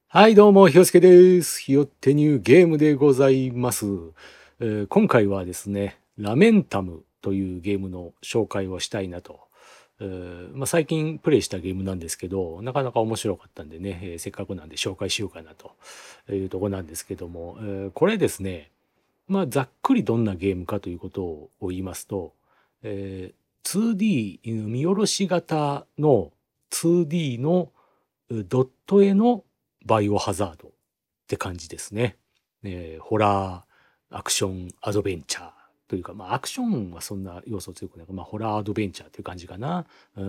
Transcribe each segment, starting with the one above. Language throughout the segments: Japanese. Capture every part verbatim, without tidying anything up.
はいどうも、ひよすけです。ひよってニューゲームでございます。えー今回はですね、ラメンタムというゲームの紹介をしたいなと。えーまあ、最近プレイしたゲームなんですけど、なかなか面白かったんでね、えーせっかくなんで紹介しようかなというところなんですけども、えーこれですね、まあ、ざっくりどんなゲームかということを言いますと、えー ツーディー 見下ろし型の ツーディー のドット絵のバイオハザードって感じですね。えーホラー、アクション、アドベンチャーというか、まあアクションはそんな要素強くないか、まあホラーアドベンチャーという感じかな。うん、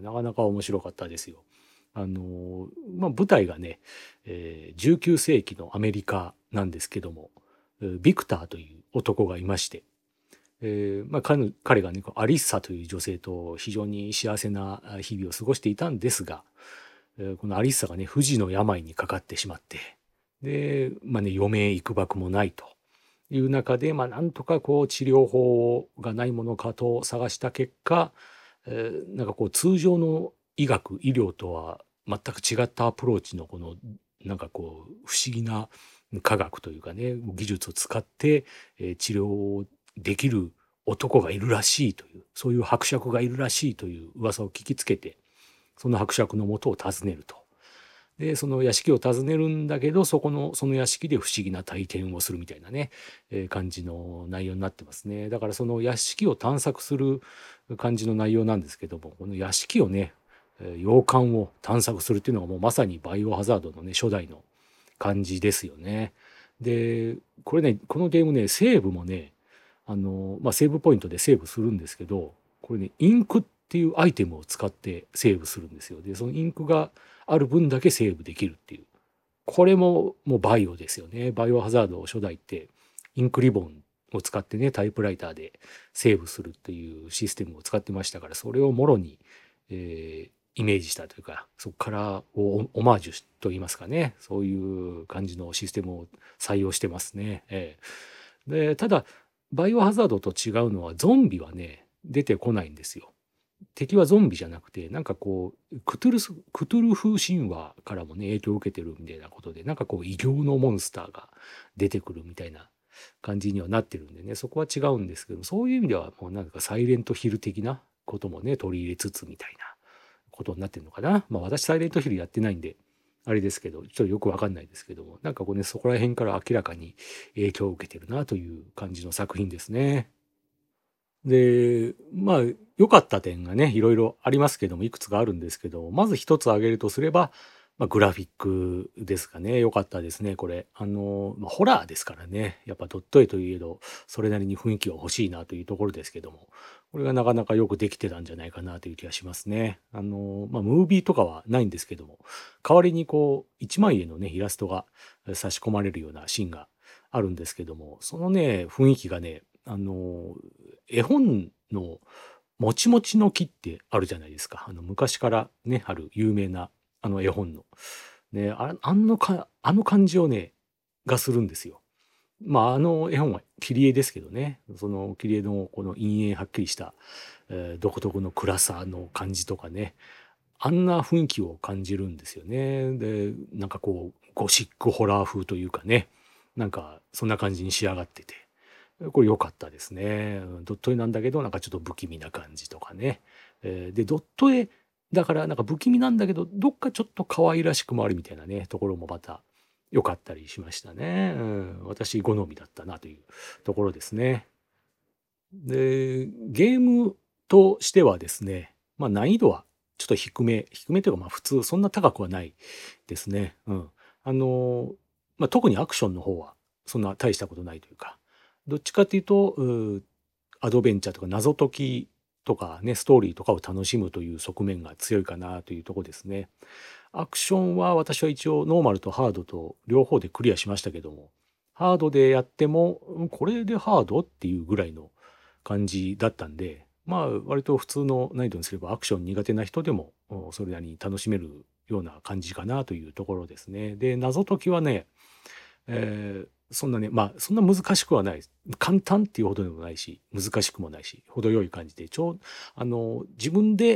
なかなか面白かったですよ。あの、まあ舞台がね、えーじゅうきゅう世紀のアメリカなんですけども、えービクターという男がいまして、えーまあ、彼彼がね、アリッサという女性と非常に幸せな日々を過ごしていたんですが、このアリッサがね、不治の病にかかってしまって、で、まあね、余命いくばくもないという中で、まあ、なんとかこう治療法がないものかと探した結果、えーなんかこう通常の医学、医療とは全く違ったアプローチのこの、なんかこう、不思議な科学というかね、技術を使って、えー治療できる男がいるらしいという、そういう伯爵がいるらしいという噂を聞きつけて、その伯爵のもとを訪ねると。で、その屋敷を訪ねるんだけど、そこの、その屋敷で不思議な体験をするみたいなね、えー感じの内容になってますね。だからその屋敷を探索する感じの内容なんですけども、この屋敷をね、えー洋館を探索するっていうのがもうまさにバイオハザードのね、初代の感じですよね。で、これね、このゲームね、セーブもね、あの、まあ、セーブポイントでセーブするんですけど、これね、インクっていうアイテムを使ってセーブするんですよ。で、そのインクがある分だけセーブできるっていう。これももうバイオですよね。バイオハザード初代ってインクリボンを使ってね、タイプライターでセーブするっていうシステムを使ってましたから、それをもろに、えーイメージしたというか、そこからオオマージュと言いますかね、そういう感じのシステムを採用してますね。えーで、ただ、バイオハザードと違うのはゾンビはね、出てこないんですよ。敵はゾンビじゃなくて、なんかこう、クトゥルス、クトゥルフ神話からもね、影響を受けてるみたいなことで、なんかこう、異形のモンスターが出てくるみたいな感じにはなってるんでね、そこは違うんですけど、そういう意味ではもうなんかサイレントヒル的なこともね、取り入れつつみたいなことになってるのかな。まあ私サイレントヒルやってないんで、あれですけど、ちょっとよくわかんないですけども、なんかこうね、そこら辺から明らかに影響を受けてるなという感じの作品ですね。で、まあ、良かった点がね、いろいろありますけども、いくつかあるんですけど、まず一つ挙げるとすれば、まあ、グラフィックですかね。良かったですね、これ。あの、まあ、ホラーですからね。やっぱドット絵といえど、それなりに雰囲気は欲しいなというところですけども、これがなかなかよくできてたんじゃないかなという気がしますね。あの、まあ、ムービーとかはないんですけども、代わりにこう、一枚絵のね、イラストが差し込まれるようなシーンがあるんですけども、そのね、雰囲気がね、あの、絵本のもちもちの木ってあるじゃないですか。あの昔からね、ある有名なあの絵本の。ね、ああのか、あの感じをね、がするんですよ。まあ、あの絵本は切り絵ですけどね、その切り絵のこの陰影はっきりした、えー独特の暗さの感じとかね、あんな雰囲気を感じるんですよね。で、なんかこう、ゴシックホラー風というかね、なんかそんな感じに仕上がってて。これ良かったですね。ドット絵なんだけど、なんかちょっと不気味な感じとかね。えーで、ドット絵だからなんか不気味なんだけど、どっかちょっと可愛らしくもあるみたいなね、ところもまた良かったりしましたね。うん、私好みだったなというところですね。で、ゲームとしてはですね、まあ難易度はちょっと低め、低めというかまあ普通、そんな高くはないですね。うん。あの、まあ特にアクションの方はそんな大したことないというか、どっちかっていうと、うアドベンチャーとか謎解きとかね、ストーリーとかを楽しむという側面が強いかなというところですね。アクションは私は一応ノーマルとハードと両方でクリアしましたけども、ハードでやっても、んこれでハードっていうぐらいの感じだったんで、まあ割と普通の難易度にすればアクション苦手な人でもおそれなりに楽しめるような感じかなというところですね。で、謎解きはね、えーそんなね、まあそんな難しくはないです。簡単っていうほどでもないし、難しくもないし、程よい感じで、ちょう、あの、自分で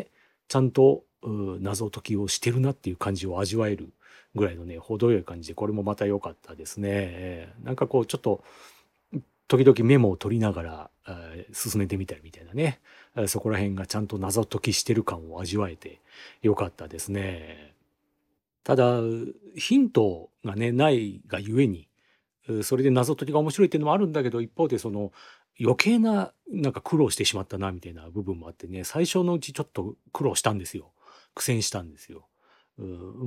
ちゃんと謎解きをしてるなっていう感じを味わえるぐらいのね、程よい感じで、これもまた良かったですね。なんかこうちょっと時々メモを取りながら進めてみたりみたいなね、そこら辺がちゃんと謎解きしてる感を味わえて良かったですね。ただヒントがねないがゆえに、それで謎解きが面白いっていうのもあるんだけど、一方でその余計ななんか苦労してしまったなみたいな部分もあってね、最初のうちちょっと苦労したんですよ。苦戦したんですよ。うん、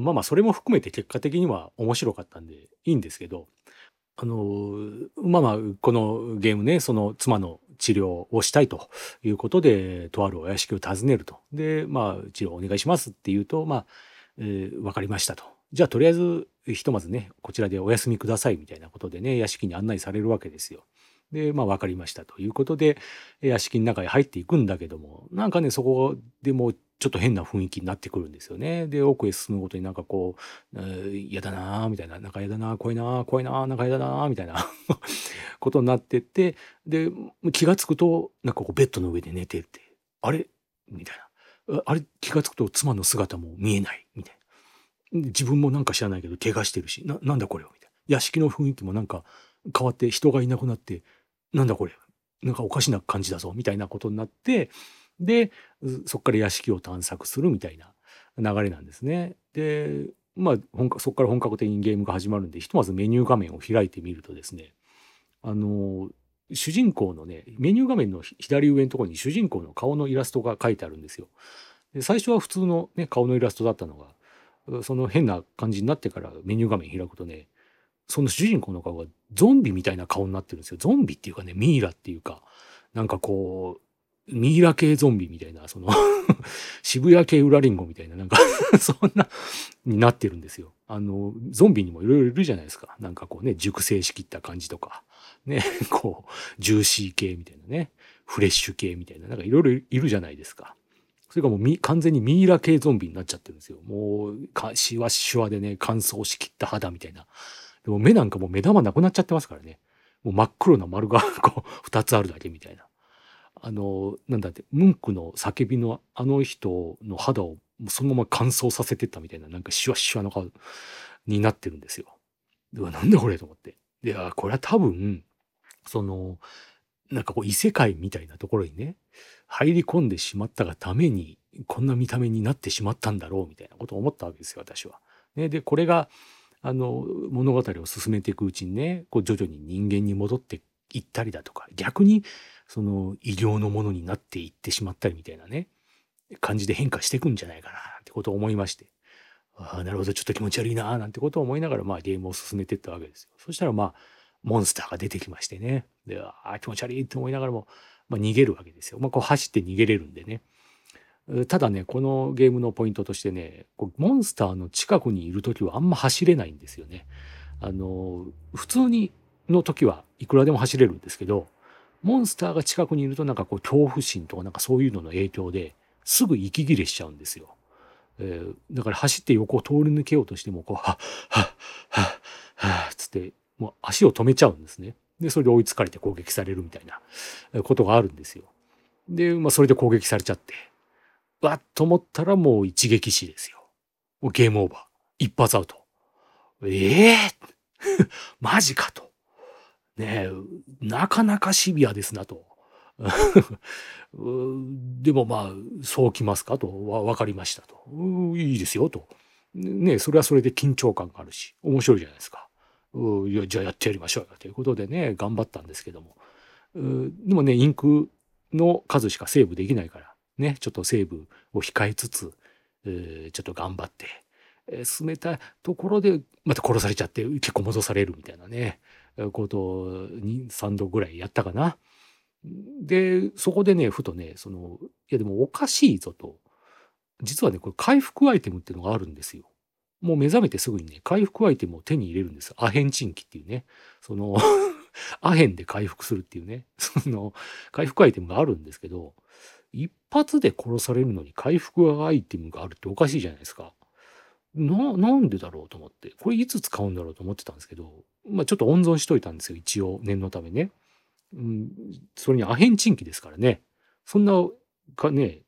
まあまあそれも含めて結果的には面白かったんでいいんですけど、あのまあまあこのゲームね、その妻の治療をしたいということでとあるお屋敷を訪ねると。でまあ治療お願いしますって言うと、まあ、えー、分かりましたと。じゃあとりあえずひとまずねこちらでお休みくださいみたいなことでね、屋敷に案内されるわけですよ。でまあ分かりましたということで屋敷の中へ入っていくんだけども、なんかねそこでもうちょっと変な雰囲気になってくるんですよね。で奥へ進むごとになんかこう嫌だなーみたいな、なんか嫌だなー怖いなー怖いなーなんか嫌だなーみたいなことになってって、で気が付くとなんかこうベッドの上で寝てて、あれみたいな、あれ気が付くと妻の姿も見えないみたいな、自分もなんか知らないけど怪我してるし、ななんだこれみたいな、屋敷の雰囲気もなんか変わって人がいなくなって、なんだこれなんかおかしな感じだぞみたいなことになって、でそこから屋敷を探索するみたいな流れなんですね。でまあ本格そこから本格的にゲームが始まるんで、ひとまずメニュー画面を開いてみるとですね、あの主人公のねメニュー画面の左上のところに主人公の顔のイラストが書いてあるんですよ。で最初は普通の、ね、顔のイラストだったのが、その変な感じになってからメニュー画面開くとね、その主人公の顔がゾンビみたいな顔になってるんですよ。ゾンビっていうかね、ミイラっていうか、なんかこうミイラ系ゾンビみたいな、その渋谷系裏リンゴみたいな、なんかそんなになってるんですよ。あのゾンビにもいろいろいるじゃないですか。なんかこうね、熟成しきった感じとかね、こうジューシー系みたいなね、フレッシュ系みたいな、なんかいろいろいるじゃないですか。それがもうみ完全にミイラ系ゾンビになっちゃってるんですよ。もうかしわしわでね、乾燥しきった肌みたいな。でも目なんかもう目玉なくなっちゃってますからね。もう真っ黒な丸がこうふたつあるだけみたいな。あのなんだって、ムンクの叫びのあの人の肌をそのまま乾燥させてったみたいな、なんかシワシワの顔になってるんですよ。ではなんだこれと思って。で、あこれは多分そのなんかこう異世界みたいなところにね入り込んでしまったがためにこんな見た目になってしまったんだろうみたいなことを思ったわけですよ、私は。ね、でこれがあの物語を進めていくうちにね、こう徐々に人間に戻っていったりだとか、逆にその医療のものになっていってしまったりみたいなね感じで変化していくんじゃないかなってことを思いまして、ああなるほどちょっと気持ち悪いななんてことを思いながらまあゲームを進めていったわけですよ。そしたらまあモンスターが出てきましてね、でああ気持ち悪いって思いながらも、まあ、逃げるわけですよ。まあこう走って逃げれるんでね。ただねこのゲームのポイントとしてね、こうモンスターの近くにいる時はあんま走れないんですよね。あの普通にの時はいくらでも走れるんですけど、モンスターが近くにいるとなんかこう恐怖心とかなんかそういうのの影響ですぐ息切れしちゃうんですよ。えー、だから走って横を通り抜けようとしてもこうはっはっはっはっつってもう足を止めちゃうんですね。でそれで追いつかれて攻撃されるみたいなことがあるんですよ。で、まあ、それで攻撃されちゃってわっと思ったらもう一撃死ですよ。もうゲームオーバー。一発アウト。ええー、マジかと。ねえ、なかなかシビアですなと。でもまあ、そうきますかと。わ、わかりましたと。いいですよと。ね、それはそれで緊張感があるし、面白いじゃないですか。いや、じゃあやってやりましょうよということでね、頑張ったんですけども。でもね、インクの数しかセーブできないから、ね、ちょっとセーブを控えつつ、ちょっと頑張って、進めたところで、また殺されちゃって、結構戻されるみたいなね、ことをに、さんどぐらいやったかな。で、そこでね、ふとね、その、いやでもおかしいぞと。実はね、これ回復アイテムっていうのがあるんですよ。もう目覚めてすぐにね、回復アイテムを手に入れるんです。アヘンチンキっていうね。そのアヘンで回復するっていうね。その、回復アイテムがあるんですけど、一発で殺されるのに回復アイテムがあるっておかしいじゃないですか。な、なんでだろうと思って。これいつ使うんだろうと思ってたんですけど、まあちょっと温存しといたんですよ。一応、念のためね。うん、それにアヘンチンキですからね。そんな、かね、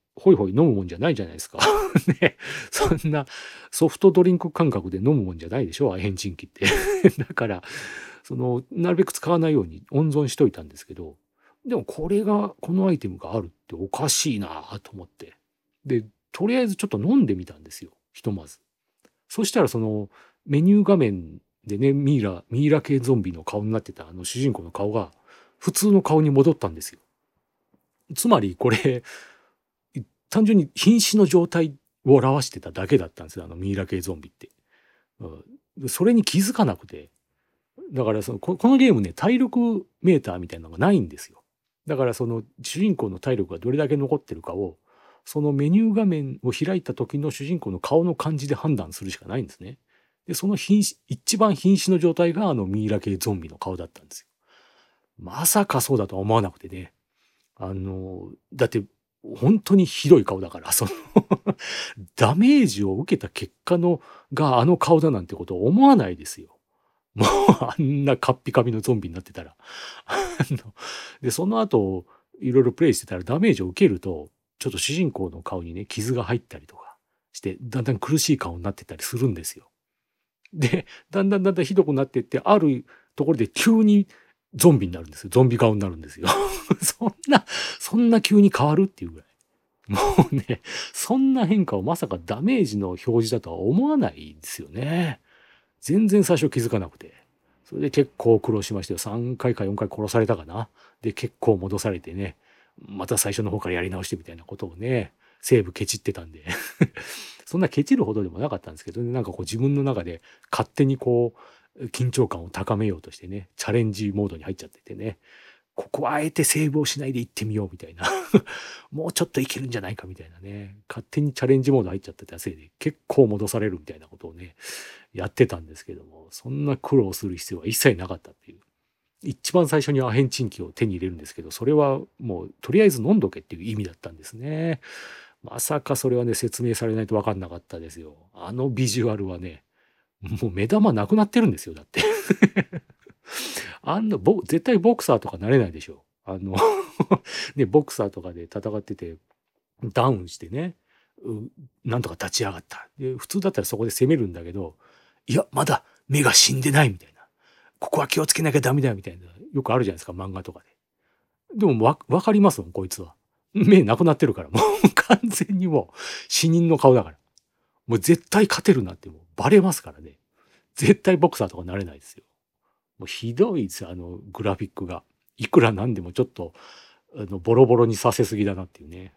ホイホイ飲むもんじゃないじゃないですか。ね、そんなソフトドリンク感覚で飲むもんじゃないでしょ、アヘンチンキって。だから、その、なるべく使わないように温存しといたんですけど、でもこれが、このアイテムがあるっておかしいなと思って。で、とりあえずちょっと飲んでみたんですよ、ひとまず。そしたらそのメニュー画面でね、ミイラ、ミイラ系ゾンビの顔になってたあの主人公の顔が普通の顔に戻ったんですよ。つまりこれ、単純に瀕死の状態を表してただけだったんですよ、あのミイラ系ゾンビって。うん、それに気づかなくて。だからそのこ、このゲームね、体力メーターみたいなのがないんですよ。だからその主人公の体力がどれだけ残ってるかを、そのメニュー画面を開いた時の主人公の顔の感じで判断するしかないんですね。で、その瀕死、一番瀕死の状態があのミイラ系ゾンビの顔だったんですよ。まさかそうだとは思わなくてね。あの、だって本当にひどい顔だから、そのダメージを受けた結果のがあの顔だなんてことを思わないですよ。もうあんなカッピカピのゾンビになってたら。で、その後、いろいろプレイしてたらダメージを受けると、ちょっと主人公の顔にね、傷が入ったりとかして、だんだん苦しい顔になってたりするんですよ。で、だんだんだんだんひどくなっていって、あるところで急にゾンビになるんですよ。ゾンビ顔になるんですよ。そんな、そんな急に変わるっていうぐらい。もうね、そんな変化をまさかダメージの表示だとは思わないですよね。全然最初気づかなくて。それで結構苦労しましたよ。さんかいかよんかい殺されたかな。で、結構戻されてね、また最初の方からやり直してみたいなことをね、セーブケチってたんで。そんなケチるほどでもなかったんですけどね、なんかこう自分の中で勝手にこう、緊張感を高めようとしてね、チャレンジモードに入っちゃっててね、ここはあえてセーブをしないで行ってみようみたいな。もうちょっといけるんじゃないかみたいなね。勝手にチャレンジモード入っちゃってたせいで結構戻されるみたいなことをね、やってたんですけども、そんな苦労する必要は一切なかったっていう。一番最初にアヘンチンキを手に入れるんですけど、それはもうとりあえず飲んどけっていう意味だったんですね。まさかそれはね、説明されないと分かんなかったですよ。あのビジュアルはね、もう目玉なくなってるんですよ、だって。あんな、ぼ、絶対ボクサーとかなれないでしょ。あのね、ボクサーとかで戦ってて、ダウンしてね、うなんとか立ち上がった。で、普通だったらそこで攻めるんだけど、いや、まだ目が死んでないみたいな。ここは気をつけなきゃダメだみたいな。よくあるじゃないですか、漫画とかで。でもわ、わかりますもん、こいつは。目なくなってるから、もう完全にもう死人の顔だから。もう絶対勝てるなってもうバレますからね。絶対ボクサーとかなれないですよ。もうひどいですよ、あのグラフィックが。いくらなんでもちょっと、あの、ボロボロにさせすぎだなっていうね。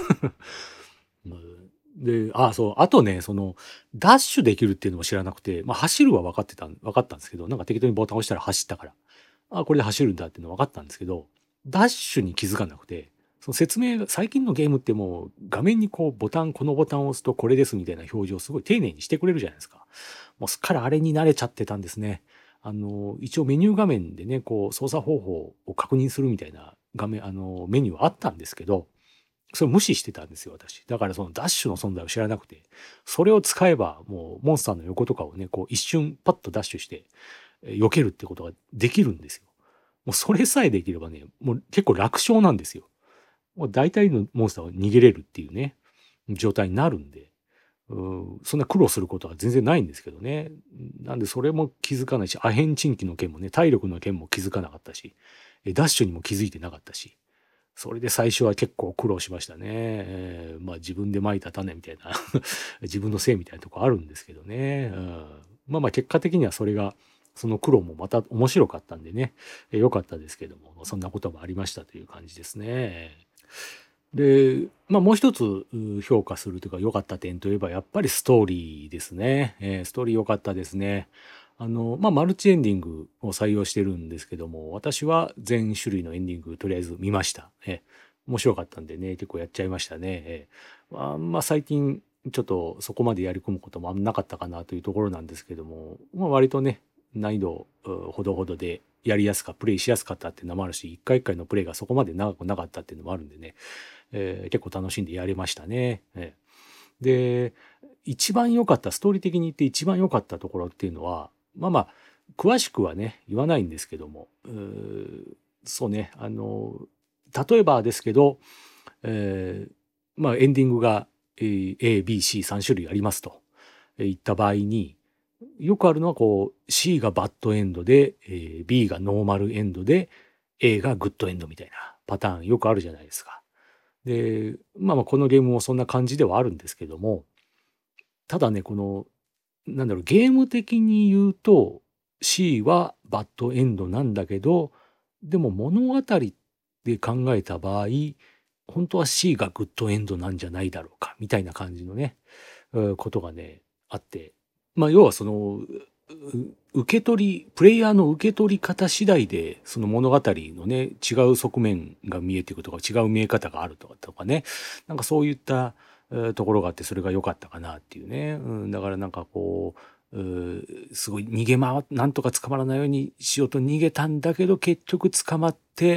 で、あ、そう、あとね、その、ダッシュできるっていうのも知らなくて、まあ走るは分かってた、分かったんですけど、なんか適当にボタン押したら走ったから、あ、これで走るんだっていうの分かったんですけど、ダッシュに気づかなくて、その説明が、最近のゲームってもう画面にこうボタン、このボタンを押すとこれですみたいな表示をすごい丁寧にしてくれるじゃないですか。もうすっからあれに慣れちゃってたんですね。あの、一応メニュー画面でね、こう操作方法を確認するみたいな画面、あの、メニューはあったんですけど、それ無視してたんですよ、私。だからそのダッシュの存在を知らなくて、それを使えばもうモンスターの横とかをね、こう一瞬パッとダッシュして避けるってことができるんですよ。もうそれさえできればね、もう結構楽勝なんですよ。もう大体のモンスターは逃げれるっていうね、状態になるんで、うん、そんな苦労することは全然ないんですけどね。なんでそれも気づかないし、アヘンチンキの件もね、体力の件も気づかなかったし、ダッシュにも気づいてなかったし、それで最初は結構苦労しましたね。えーまあ自分で蒔いた種みたいな自分のせいみたいなとこあるんですけどね。うん、まあまあ結果的にはそれが、その苦労もまた面白かったんでね、えー、よかったですけども、そんなこともありましたという感じですね。で、まあもう一つ評価するというか良かった点といえばやっぱりストーリーですね。えーストーリー良かったですね。あの、まあマルチエンディングを採用してるんですけども、私は全種類のエンディングとりあえず見ました。えー面白かったんでね、結構やっちゃいましたね。えーまあ、まあ最近ちょっとそこまでやり込むこともあんまなかったかなというところなんですけども、まあ割とね、難易度うほどほどでやりやすか、プレイしやすかったっていうのもあるし、一回一回のプレイがそこまで長くなかったっていうのもあるんでね、えー結構楽しんでやれましたね。えーで、一番良かった、ストーリー的に言って一番良かったところっていうのは、まあまあ、詳しくはね、言わないんですけども、うーそうね、あの、例えばですけど、えーまあエンディングが A、B、C さん種類ありますといった場合に、よくあるのはこう C がバッドエンドで、えー B がノーマルエンドで A がグッドエンドみたいなパターンよくあるじゃないですか。で、まあまあこのゲームもそんな感じではあるんですけども、ただね、この、なんだろう、ゲーム的に言うと C はバッドエンドなんだけど、でも物語で考えた場合、本当は C がグッドエンドなんじゃないだろうか、みたいな感じのね、うことがね、あって、まあ要はその、う受け取り、プレイヤーの受け取り方次第で、その物語のね、違う側面が見えていくとか、違う見え方があるとかとかね、なんかそういったえーところがあって、それが良かったかなっていうね。うん、だからなんかこう、うーすごい逃げ回っ、なんとか捕まらないようにしようと逃げたんだけど、結局捕まって、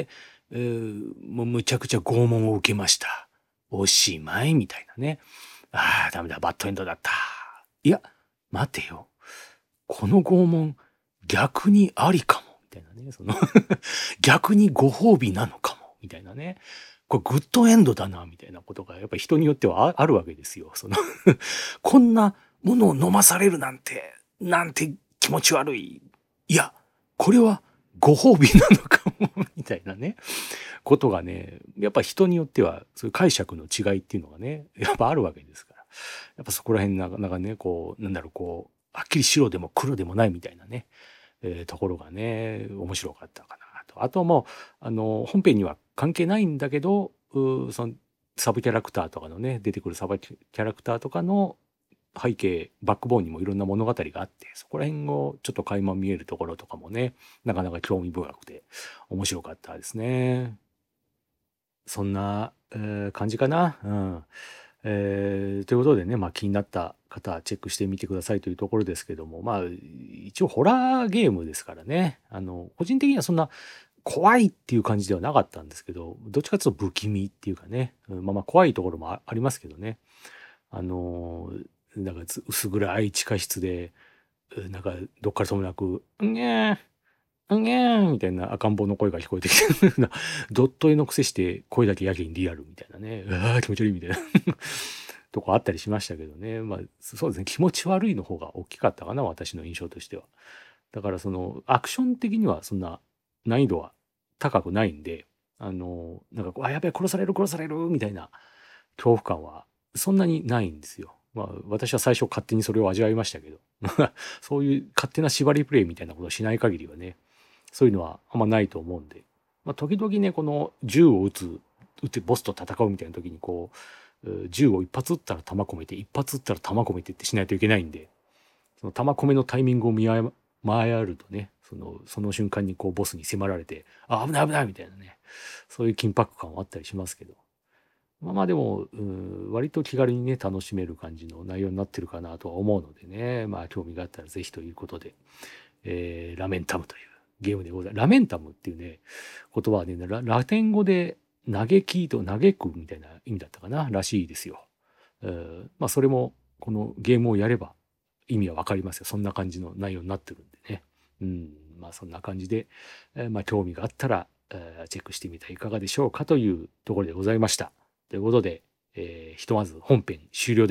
えーもうむちゃくちゃ拷問を受けました。おしまいみたいなね。ああ、ダメだ、バッドエンドだった。いや、待てよ。この拷問、逆にありかも。みたいなね。その逆にご褒美なのかも。みたいなね。これグッドエンドだな、みたいなことが、やっぱり人によってはああるわけですよ。そのこんなものを飲まされるなんて、なんて気持ち悪い。いや、これはご褒美なのかも、みたいなね。ことがね、やっぱ人によっては、そういう解釈の違いっていうのがね、やっぱあるわけですから。やっぱそこら辺なかなかね、こう、なんだろう、こう、はっきり白でも黒でもないみたいなね、えーところがね、面白かったかなと。あともう、あの、本編には関係ないんだけど、うそのサブキャラクターとかのね、出てくるサブキャラクターとかの背景、バックボーンにもいろんな物語があって、そこら辺をちょっと垣間見えるところとかもね、なかなか興味深くて面白かったですね。そんな、えー感じかな。うん。えーということでね、まあ、気になった方はチェックしてみてくださいというところですけども、まあ、一応ホラーゲームですからね、あの、個人的にはそんな怖いっていう感じではなかったんですけど、どっちかというと不気味っていうかね、うんまあまあ怖いところもあありますけどね、あのー、なんかつ薄暗い地下室で、うなんかどっからともなく、んげー、んげーみたいな赤ん坊の声が聞こえてきて、ドット絵の癖して声だけやけにリアルみたいなね、うわー気持ち悪いみたいなとこあったりしましたけどね。まあそうですね、気持ち悪いの方が大きかったかな、私の印象としては。だからそのアクション的にはそんな難易度は高くないんで、あの、なんかこう、あ、やべえ、殺される殺されるみたいな恐怖感はそんなにないんですよ。まあ私は最初勝手にそれを味わいましたけど、そういう勝手な縛りプレイみたいなことをしない限りはね、そういうのはあんまないと思うんで、まあ、時々ね、この銃を撃つ、撃ってボスと戦うみたいな時にこう、う銃を一発撃ったら弾込めて、一発撃ったら弾込めてってしないといけないんで、その弾込めのタイミングを見誤るとね、その、その瞬間にこうボスに迫られて、あ、危ない危ないみたいなね、そういう緊迫感はあったりしますけど、まあまあでも、うん、割と気軽にね、楽しめる感じの内容になってるかなとは思うのでね、まあ興味があったらぜひということで、えーラメンタムというゲームでございます。ラメンタムっていうね、言葉はね、ララテン語で嘆きと嘆くみたいな意味だったかな、らしいですよ。えーまあそれもこのゲームをやれば意味はわかりますよ。そんな感じの内容になってるんでね。うん、まあそんな感じで、えーまあ興味があったら、えーチェックしてみてはいかがでしょうかというところでございました。ということで、えーひとまず本編終了です。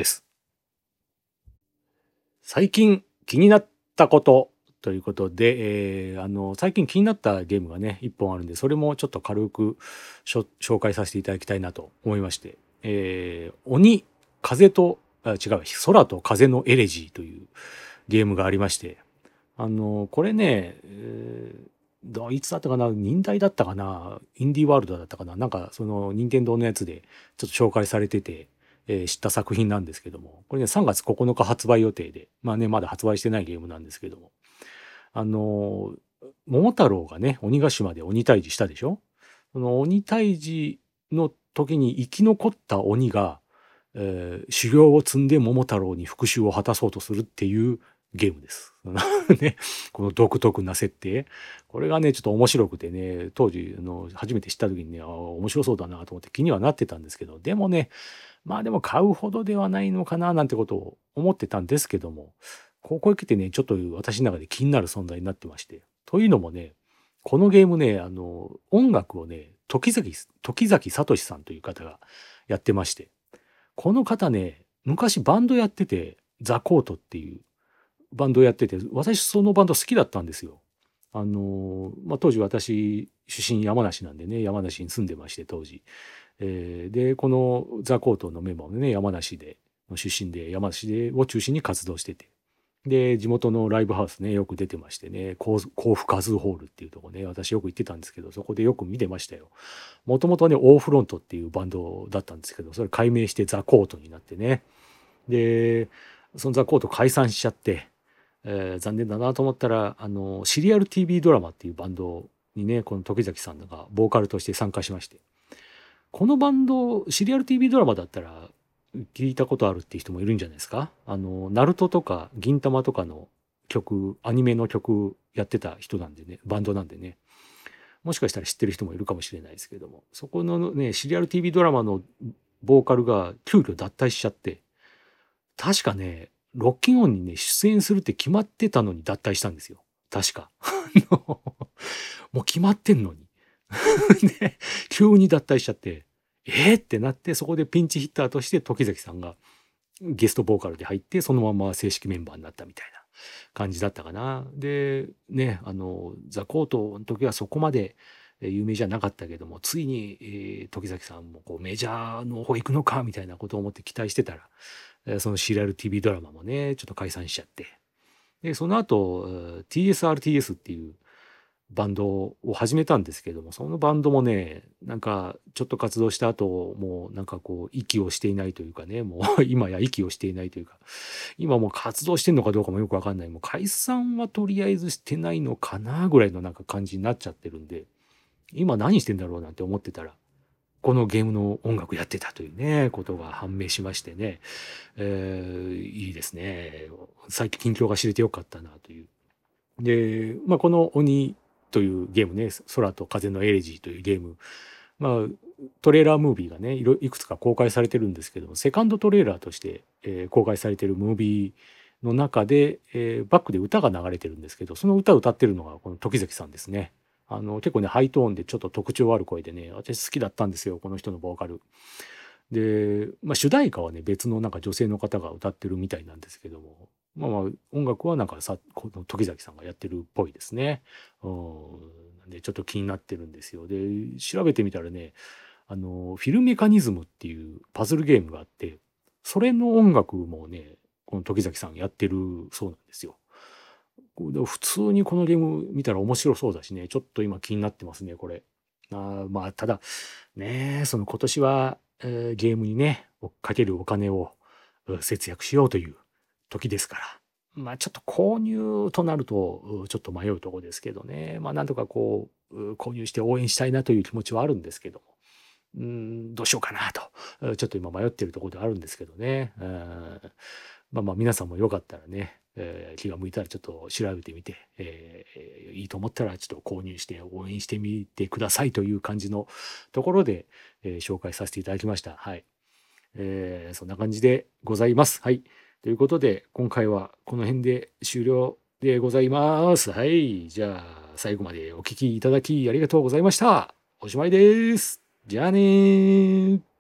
最近気になったことということで、えーあの、最近気になったゲームがね、一本あるんで、それもちょっと軽くしょ紹介させていただきたいなと思いまして、えー鬼、風と、あ、違う、空と風のエレジーというゲームがありまして、あの、これね、えーどいつだったかな、忍耐だったかな、インディーワールドだったかな、なんかその任天堂のやつでちょっと紹介されてて、えー知った作品なんですけども、これねさんがつここのか発売予定で、まあねまだ発売してないゲームなんですけども、あのー桃太郎がね鬼ヶ島で鬼退治したでしょ。その鬼退治の時に生き残った鬼が、えー修行を積んで桃太郎に復讐を果たそうとするっていうゲームです。ね、この独特な設定。これがね、ちょっと面白くてね、当時、あの、初めて知った時にね、あ、面白そうだなと思って気にはなってたんですけど、でもね、まあでも買うほどではないのかななんてことを思ってたんですけども、ここへ来てね、ちょっと私の中で気になる存在になってまして。というのもね、このゲームね、あの、音楽をね、時崎、時崎聡さんという方がやってまして、 この方ね、昔バンドやってて、ザ・コートっていうバンドやってて、私そのバンド好きだったんですよ。あの、まあ、当時私出身山梨なんでね、山梨に住んでまして当時。えーで、このザ・コートのメンバーもね、山梨で、出身で山梨でを中心に活動してて。で、地元のライブハウスね、よく出てましてね、甲府甲府カズーホールっていうとこね、私よく行ってたんですけど、そこでよく見てましたよ。もともとね、オーフロントっていうバンドだったんですけど、それ改名してザ・コートになってね。で、そのザ・コート解散しちゃって、えー残念だなと思ったら、あの、シリアル ティーブイ ドラマっていうバンドにね、この時崎さんがボーカルとして参加しまして、このバンド、シリアル ティーブイ ドラマだったら聞いたことあるっていう人もいるんじゃないですか。あの、ナルトとか銀魂とかの曲、アニメの曲やってた人なんでね、バンドなんでね、もしかしたら知ってる人もいるかもしれないですけども、そこのね、シリアル ティーブイ ドラマのボーカルが急遽脱退しちゃって、確かね、ロッキンオンにね、出演するって決まってたのに脱退したんですよ。確か。もう決まってんのに。で、急に脱退しちゃって、えーってなって、そこでピンチヒッターとして時崎さんがゲストボーカルで入って、そのまま正式メンバーになったみたいな感じだったかな。で、ね、あの、ザ・コートの時はそこまで有名じゃなかったけども、ついに、えー時崎さんもこうメジャーの方行くのかみたいなことを思って期待してたら、えーそのシリアル ティーブイ ドラマもね、ちょっと解散しちゃって。で、その後、えー ティーエスアールティーエス っていうバンドを始めたんですけども、そのバンドもね、なんかちょっと活動した後、もうなんかこう、息をしていないというかね、もう今や息をしていないというか、今もう活動してんのかどうかもよくわかんない。もう解散はとりあえずしてないのかなぐらいのなんか感じになっちゃってるんで、今何してんだろうなんて思ってたら、このゲームの音楽やってたというね、ことが判明しましてね、えーいいですね。最近近況が知れてよかったなという。で、まあ、この鬼というゲームね、空と風のエレジーというゲーム、まあ、トレーラームービーがね、いろいくつか公開されてるんですけども、セカンドトレーラーとして、えー公開されてるムービーの中で、えーバックで歌が流れてるんですけど、その歌を歌ってるのがこの時崎さんですね。あの、結構ね、ハイトーンでちょっと特徴ある声でね、私好きだったんですよ、この人のボーカル。で、まあ、主題歌はね、別のなんか女性の方が歌ってるみたいなんですけども、まあまあ、音楽はなんかさ、この時崎さんがやってるっぽいですね。うん。なんで、ちょっと気になってるんですよ。で、調べてみたらね、あの、フィルメカニズムっていうパズルゲームがあって、それの音楽もね、この時崎さんやってるそうなんですよ。でも普通にこのゲーム見たら面白そうだしね、ちょっと今気になってますね、これ。あーまあ、ただ、ね、その今年は、えーゲームにね、かけるお金をう節約しようという時ですから。まあちょっと購入となると、うちょっと迷うところですけどね。まあなんとかこう、う購入して応援したいなという気持ちはあるんですけども。うーん、どうしようかなと。うちょっと今迷ってるところであるんですけどね。うんまあまあ皆さんもよかったらね、えー気が向いたらちょっと調べてみて、えーいいと思ったらちょっと購入して応援してみてくださいという感じのところで、えー紹介させていただきました。はい。えーそんな感じでございます。はい。ということで、今回はこの辺で終了でございます。はい。じゃあ、最後までお聞きいただきありがとうございました。おしまいです。じゃあねー。